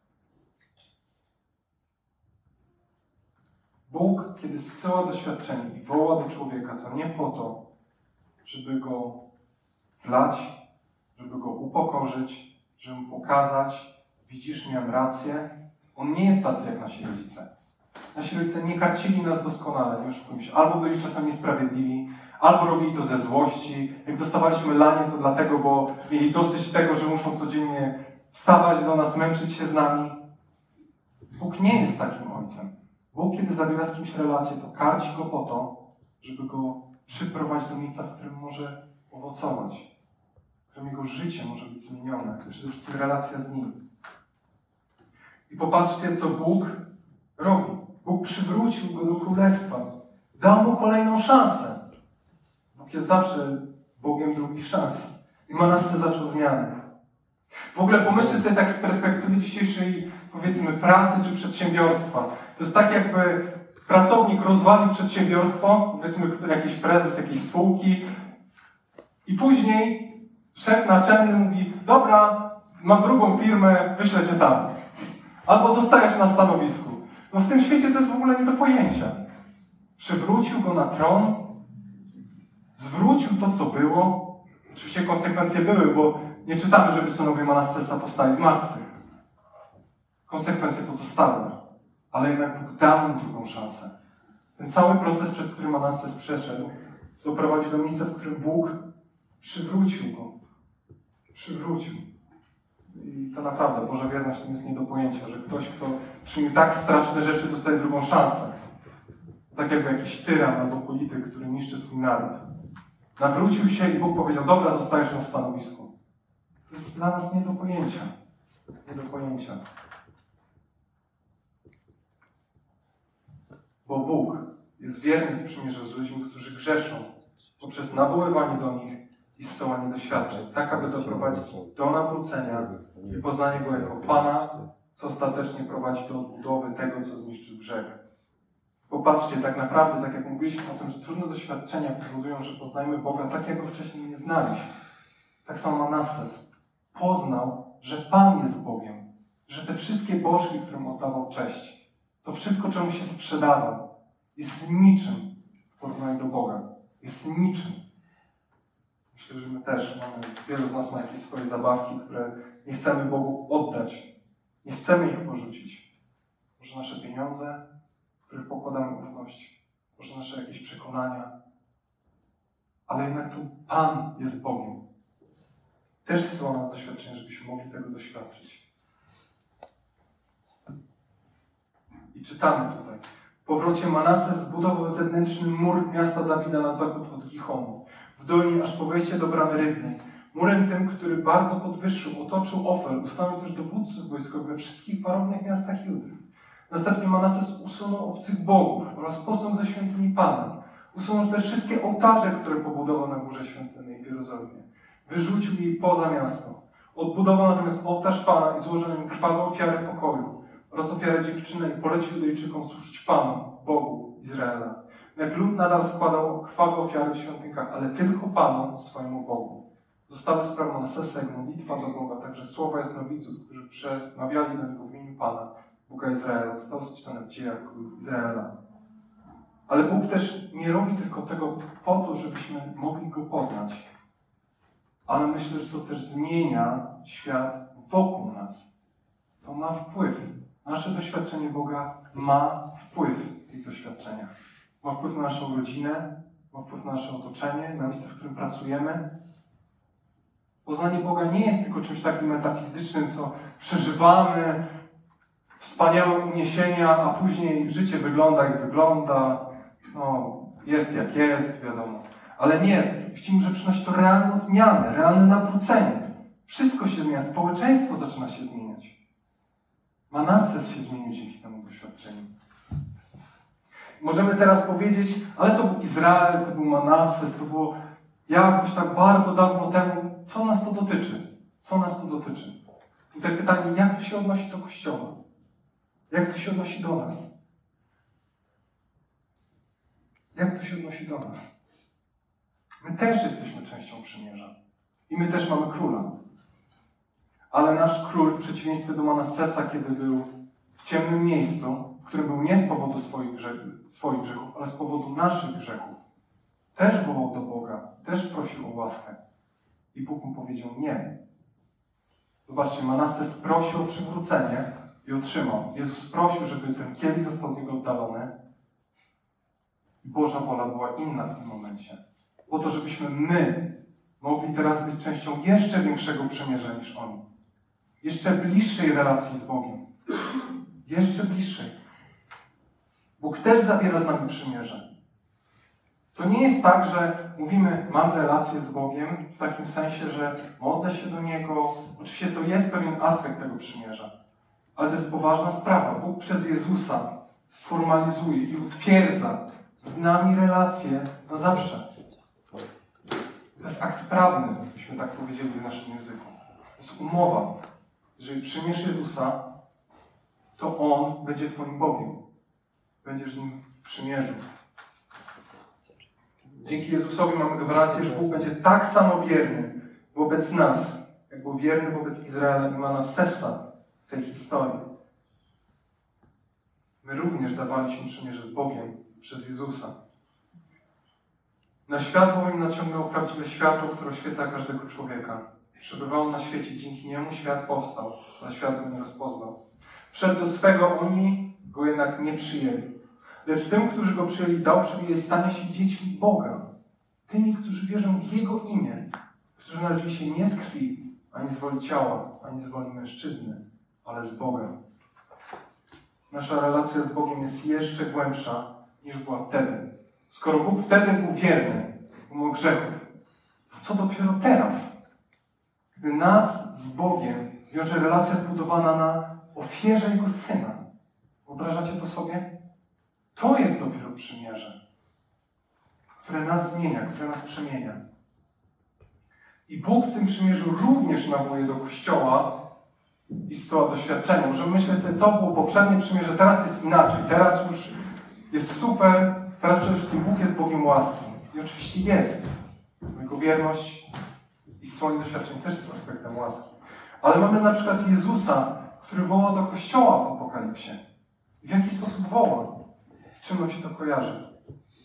Bóg, kiedy zsyła doświadczenie i woła do człowieka, to nie po to, żeby go zlać, żeby go upokorzyć, żeby mu pokazać, widzisz, miałem rację. On nie jest tacy jak nasi rodzice. Nasi rodzice nie karcili nas doskonale, nie oszukujmy się. Albo byli czasami niesprawiedliwi, albo robili to ze złości. Jak dostawaliśmy lanie, to dlatego, bo mieli dosyć tego, że muszą codziennie wstawać do nas, męczyć się z nami. Bóg nie jest takim ojcem. Bóg, kiedy zawiera z kimś relację, to karci go po to, żeby go przyprowadzić do miejsca, w którym może owocować, w którym jego życie może być zmienione, przede wszystkim relacja z Nim. I popatrzcie, co Bóg robi. Bóg przywrócił go do królestwa. Dał mu kolejną szansę. Bóg jest zawsze Bogiem drugich szans. I Manasses zaczął zmianę. W ogóle pomyślcie sobie tak z perspektywy dzisiejszej, powiedzmy, pracy czy przedsiębiorstwa. To jest tak, jakby pracownik rozwalił przedsiębiorstwo, powiedzmy jakiś prezes jakiejś spółki i później szef naczelny mówi: dobra, mam drugą firmę, wyślę cię tam. Albo zostajesz na stanowisku. No w tym świecie to jest w ogóle nie do pojęcia. Przywrócił go na tron, zwrócił to, co było. Oczywiście konsekwencje były, bo nie czytamy, żeby synowie Manassesa powstali z martwych. Konsekwencje pozostały, ale jednak Bóg dał mu drugą szansę. Ten cały proces, przez który Manasses przeszedł, doprowadził do miejsca, w którym Bóg przywrócił go. Przywrócił. I to naprawdę, Boża wierność to jest nie do pojęcia, że ktoś, kto czyni tak straszne rzeczy, dostaje drugą szansę. Tak jakby jakiś tyran albo polityk, który niszczy swój naród. Nawrócił się i Bóg powiedział: dobra, zostajesz na stanowisku. To jest dla nas nie do pojęcia. Nie do pojęcia. Bo Bóg jest wierny w przymierzu z ludźmi, którzy grzeszą poprzez nawoływanie do nich i zsyłanie doświadczeń, tak aby doprowadzić do nawrócenia i poznania Go jako Pana, co ostatecznie prowadzi do odbudowy tego, co zniszczył grzech. Popatrzcie, tak naprawdę, tak jak mówiliśmy o tym, że trudne doświadczenia powodują, że poznajmy Boga tak, jak Go wcześniej nie znaliśmy. Tak samo Manasses poznał, że Pan jest Bogiem, że te wszystkie bożki, którym oddawał cześć, to wszystko, czemu się sprzedawał, jest niczym w porównaniu do Boga. Jest niczym. Myślę, że my też mamy, wielu z nas ma jakieś swoje zabawki, które nie chcemy Bogu oddać. Nie chcemy ich porzucić. Może nasze pieniądze, w których pokładamy ufność. Może nasze jakieś przekonania. Ale jednak tu Pan jest Bogiem. Też zsyła nas doświadczenie, żebyśmy mogli tego doświadczyć. I czytamy tutaj. W powrocie Manasses zbudował zewnętrzny mur miasta Dawida na zachód od Gichonu, w dolnie aż po wejście do bramy rybnej. Murem tym, który bardzo podwyższył, otoczył Ofel, ustanowił też dowódców wojskowych we wszystkich warownych miastach Judy. Następnie Manasses usunął obcych bogów oraz posąg ze świątyni Pana. Usunął też wszystkie ołtarze, które pobudował na górze świątynnej w Jerozolimie. Wyrzucił jej poza miasto. Odbudował natomiast ołtarz Pana i złożył na nim krwawe ofiary pokoju oraz ofiarę dziękczynną i polecił Judejczykom służyć Panu, Bogu Izraela. Jak lud nadal składał krwawe ofiary w świątynkach, ale tylko Panu, swojemu Bogu. Zostały sprawione sesek, modlitwa do Boga, także słowa jasnowidzów, którzy przemawiali do Niego w imieniu Pana, Boga Izraela, zostały spisane w dziejach królów Izraela. Ale Bóg też nie robi tylko tego po to, żebyśmy mogli Go poznać. Ale myślę, że to też zmienia świat wokół nas. To ma wpływ. Nasze doświadczenie Boga ma wpływ w tych doświadczeniach. Ma wpływ na naszą rodzinę, ma wpływ na nasze otoczenie, na miejsce, w którym pracujemy. Poznanie Boga nie jest tylko czymś takim metafizycznym, co przeżywamy, wspaniałe uniesienia, a później życie wygląda jak wygląda. No, jest jak jest, wiadomo. Ale nie, widzimy, że przynosi to realną zmianę, realne nawrócenie. Wszystko się zmienia, społeczeństwo zaczyna się zmieniać. Manasses się zmienił dzięki temu doświadczeniu. Możemy teraz powiedzieć, ale to był Izrael, to był Manasses, to było jakoś tak bardzo dawno temu. Co nas to dotyczy? Co nas to dotyczy? Tutaj pytanie, jak to się odnosi do Kościoła? Jak to się odnosi do nas? Jak to się odnosi do nas? My też jesteśmy częścią przymierza. I my też mamy króla. Ale nasz król, w przeciwieństwie do Manassesa, kiedy był w ciemnym miejscu, w którym był nie z powodu swoich, grzechów, swoich grzechów, ale z powodu naszych grzechów, też wołał do Boga, też prosił o łaskę. I Bóg mu powiedział nie. Zobaczcie, Manasses prosił o przywrócenie i otrzymał. Jezus prosił, żeby ten kielich został od niego oddalony. I Boża wola była inna w tym momencie. Po to, żebyśmy my mogli teraz być częścią jeszcze większego przymierza niż oni. Jeszcze bliższej relacji z Bogiem. Jeszcze bliższej. Bóg też zawiera z nami przymierze. To nie jest tak, że mówimy, mam relację z Bogiem w takim sensie, że modlę się do Niego. Oczywiście to jest pewien aspekt tego przymierza. Ale to jest poważna sprawa. Bóg przez Jezusa formalizuje i utwierdza z nami relację na zawsze. To jest akt prawny, byśmy tak powiedzieli w naszym języku. To jest umowa. Jeżeli przyjmiesz Jezusa, to On będzie Twoim Bogiem. Będziesz z Nim w przymierzu. Dzięki Jezusowi mamy gwarancję, że Bóg będzie tak samo wierny wobec nas, jak był wierny wobec Izraela i Manassesa w tej historii. My również zawaliśmy przymierze z Bogiem przez Jezusa. Na świat bowiem naciągnęło prawdziwe światło, które oświeca każdego człowieka. Przebywał na świecie, dzięki niemu świat powstał, ale świat go nie rozpoznał. Wszedł do swego, oni go jednak nie przyjęli. Lecz tym, którzy go przyjęli, dał przywilej stania się dziećmi Boga. Tymi, którzy wierzą w Jego imię, którzy narodzili się nie z krwi, ani z woli ciała, ani z woli mężczyzny, ale z Bogiem. Nasza relacja z Bogiem jest jeszcze głębsza niż była wtedy. Skoro Bóg wtedy był wierny, pomimo grzechów, to co dopiero teraz? Gdy nas z Bogiem wiąże relacja zbudowana na ofierze Jego Syna. Wyobrażacie to sobie? To jest dopiero przymierze, które nas zmienia, które nas przemienia. I Bóg w tym przymierzu również nawołuje do Kościoła i zsyła doświadczenia. Możemy myśleć sobie, to było poprzednie przymierze, teraz jest inaczej, teraz już jest super, teraz przede wszystkim Bóg jest Bogiem łaski. I oczywiście jest. Jego wierność i swoje doświadczenie też jest aspektem łaski. Ale mamy na przykład Jezusa, który woła do Kościoła w Apokalipsie. W jaki sposób woła? Z czym nam się to kojarzy?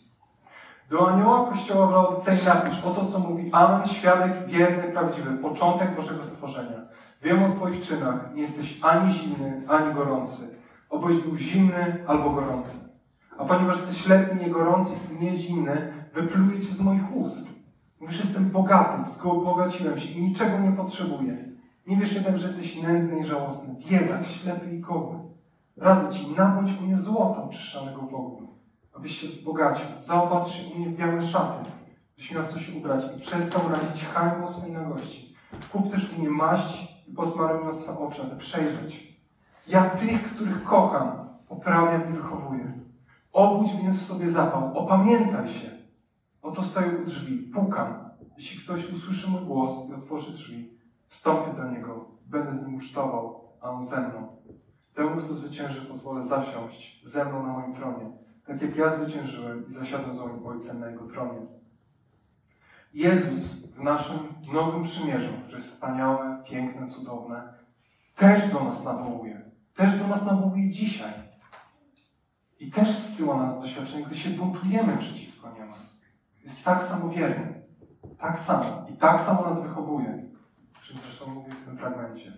Do anioła Kościoła w Laodycei napisz oto, co mówi Amen, świadek wierny, prawdziwy, początek Bożego stworzenia. Wiem o Twoich czynach, nie jesteś ani zimny, ani gorący. Obyś był zimny albo gorący. A ponieważ jesteś letni, nie gorący i nie zimny, wypluję Cię z moich ust. Mówisz, jestem bogaty, wzbogaciłem się i niczego nie potrzebuję. Nie wiesz jednak, że jesteś nędzny i żałosny, biedak, ślepy i koły. Radzę Ci, nabądź u mnie złota oczyszczanego w ogniu, abyś się wzbogacił. Zaopatrz się u mnie w białe szaty, byś miał w co się ubrać i przestał radzić hańbą swojej nagości. Kup też u mnie maść i posmaruj mi swe oczy, aby przejrzeć. Ja tych, których kocham, poprawiam i wychowuję. Obudź więc w sobie zapał, opamiętaj się. Oto stoję u drzwi, pukam. Jeśli ktoś usłyszy mój głos i otworzy drzwi, wstąpię do niego, będę z nim ucztował, a on ze mną. Temu, kto zwycięży, pozwolę zasiąść ze mną na moim tronie, tak jak ja zwyciężyłem i zasiadłem z moim Ojcem na Jego tronie. Jezus w naszym nowym przymierzu, które jest wspaniałe, piękne, cudowne, też do nas nawołuje. Też do nas nawołuje dzisiaj. I też zsyła nas do doświadczenia, gdy się buntujemy przeciwko Niemu. Jest tak samo wierny. Tak samo. I tak samo nas wychowuje. O czym zresztą mówię w tym fragmencie.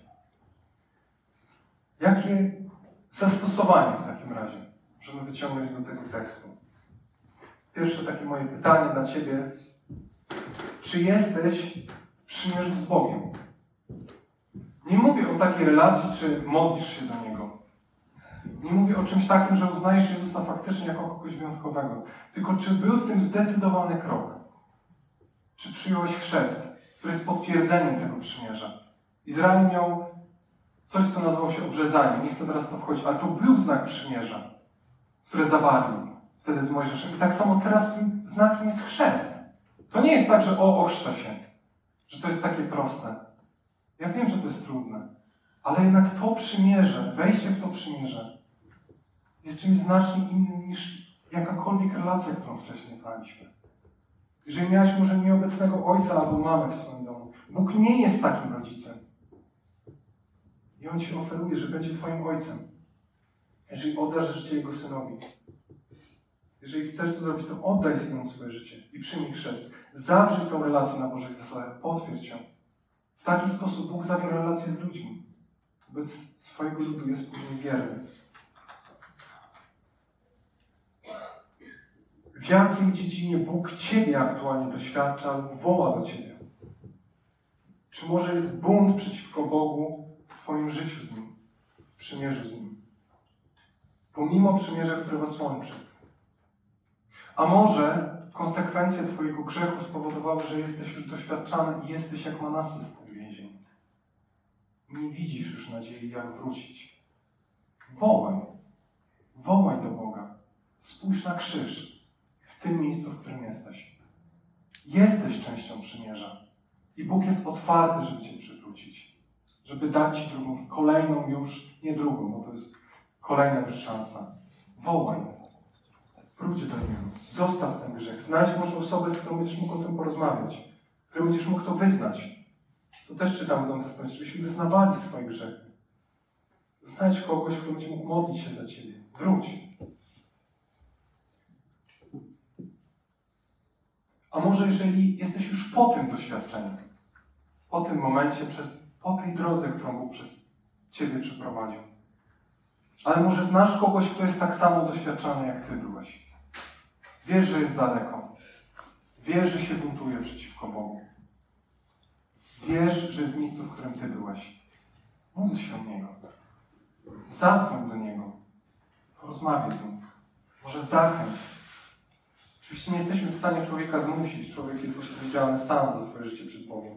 Jakie zastosowanie w takim razie możemy wyciągnąć do tego tekstu? Pierwsze takie moje pytanie dla Ciebie. Czy jesteś w przymierzu z Bogiem? Nie mówię o takiej relacji, czy modlisz się do Niego. Nie mówię o czymś takim, że uznajesz Jezusa faktycznie jako kogoś wyjątkowego. Tylko czy był w tym zdecydowany krok? Czy przyjąłeś chrzest, który jest potwierdzeniem tego przymierza? Izrael miał coś, co nazywało się obrzezaniem. Nie chcę teraz w to wchodzić, ale to był znak przymierza, które zawarli wtedy z Mojżeszem. I tak samo teraz tym znakiem jest chrzest. To nie jest tak, że o, ochrzczę się, że to jest takie proste. Ja wiem, że to jest trudne, ale jednak to przymierze, wejście w to przymierze jest czymś znacznie innym niż jakakolwiek relacja, którą wcześniej znaliśmy. Jeżeli miałeś może nieobecnego ojca albo mamę w swoim domu, Bóg nie jest takim rodzicem. I On Ci oferuje, że będzie Twoim ojcem. Jeżeli oddasz życie Jego Synowi. Jeżeli chcesz to zrobić, to oddaj Jemu swoje życie i przyjmij chrzest. Zawrzyj tą relację na Bożych zasadach. Potwierdź ją. W taki sposób Bóg zawiera relacje z ludźmi. Wobec swojego ludu jest później wierny. W jakiej dziedzinie Bóg Ciebie aktualnie doświadcza lub woła do Ciebie? Czy może jest bunt przeciwko Bogu w Twoim życiu z Nim, w przymierzu z Nim? Pomimo przymierza, które Was łączy. A może konsekwencje Twojego grzechu spowodowały, że jesteś już doświadczany i jesteś jak Manasy z tych więzień. Nie widzisz już nadziei, jak wrócić. Wołaj. Wołaj do Boga. Spójrz na krzyż w tym miejscu, w którym jesteś. Jesteś częścią przymierza. I Bóg jest otwarty, żeby Cię przywrócić. Żeby dać Ci drugą, kolejną już, nie drugą, bo to jest kolejna już szansa. Wołaj. Wróć do Niego. Zostaw ten grzech. Znajdź może osobę, z którą będziesz mógł o tym porozmawiać. Którą będziesz mógł to wyznać. To też czytam w Nowym Testamencie, żebyśmy wyznawali swoje grzechy. Znajdź kogoś, kto będzie mógł modlić się za Ciebie. Wróć. A może jeżeli jesteś już po tym doświadczeniu, po tym momencie, po tej drodze, którą Bóg przez Ciebie przeprowadził, ale może znasz kogoś, kto jest tak samo doświadczony, jak Ty byłeś. Wiesz, że jest daleko. Wiesz, że się buntuje przeciwko Bogu. Wiesz, że jest w miejscu, w którym Ty byłeś. Módl się o Niego. Zadzwoń do Niego. Porozmawiaj z Nim. Może zachęć. Oczywiście nie jesteśmy w stanie człowieka zmusić. Człowiek jest odpowiedzialny sam za swoje życie przed Bogiem.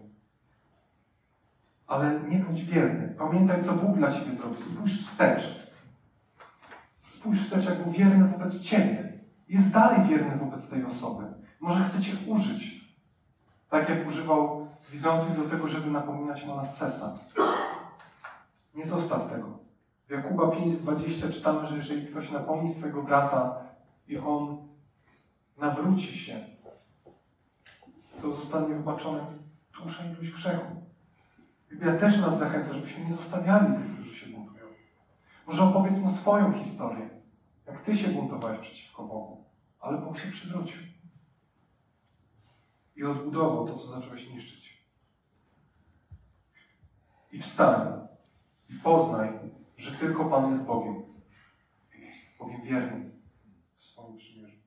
Ale nie bądź bierny. Pamiętaj, co Bóg dla Ciebie zrobi. Spójrz wstecz. Spójrz wstecz, jak był wierny wobec Ciebie. Jest dalej wierny wobec tej osoby. Może chce Cię użyć. Tak jak używał widzących do tego, żeby napominać Manassesa. Nie zostaw tego. W Jakuba pięć dwadzieścia czytamy, że jeżeli ktoś napomni swojego brata i on nawróci się, to zostanie wybaczony dusza ilość grzechu. Biblia też nas zachęca, żebyśmy nie zostawiali tych, którzy się buntują. Może opowiedz mu swoją historię, jak Ty się buntowałeś przeciwko Bogu, ale Bóg się przywrócił i odbudował to, co zacząłeś niszczyć. I wstań i poznaj, że tylko Pan jest Bogiem. Bogiem wiernym w swoim przymierzu.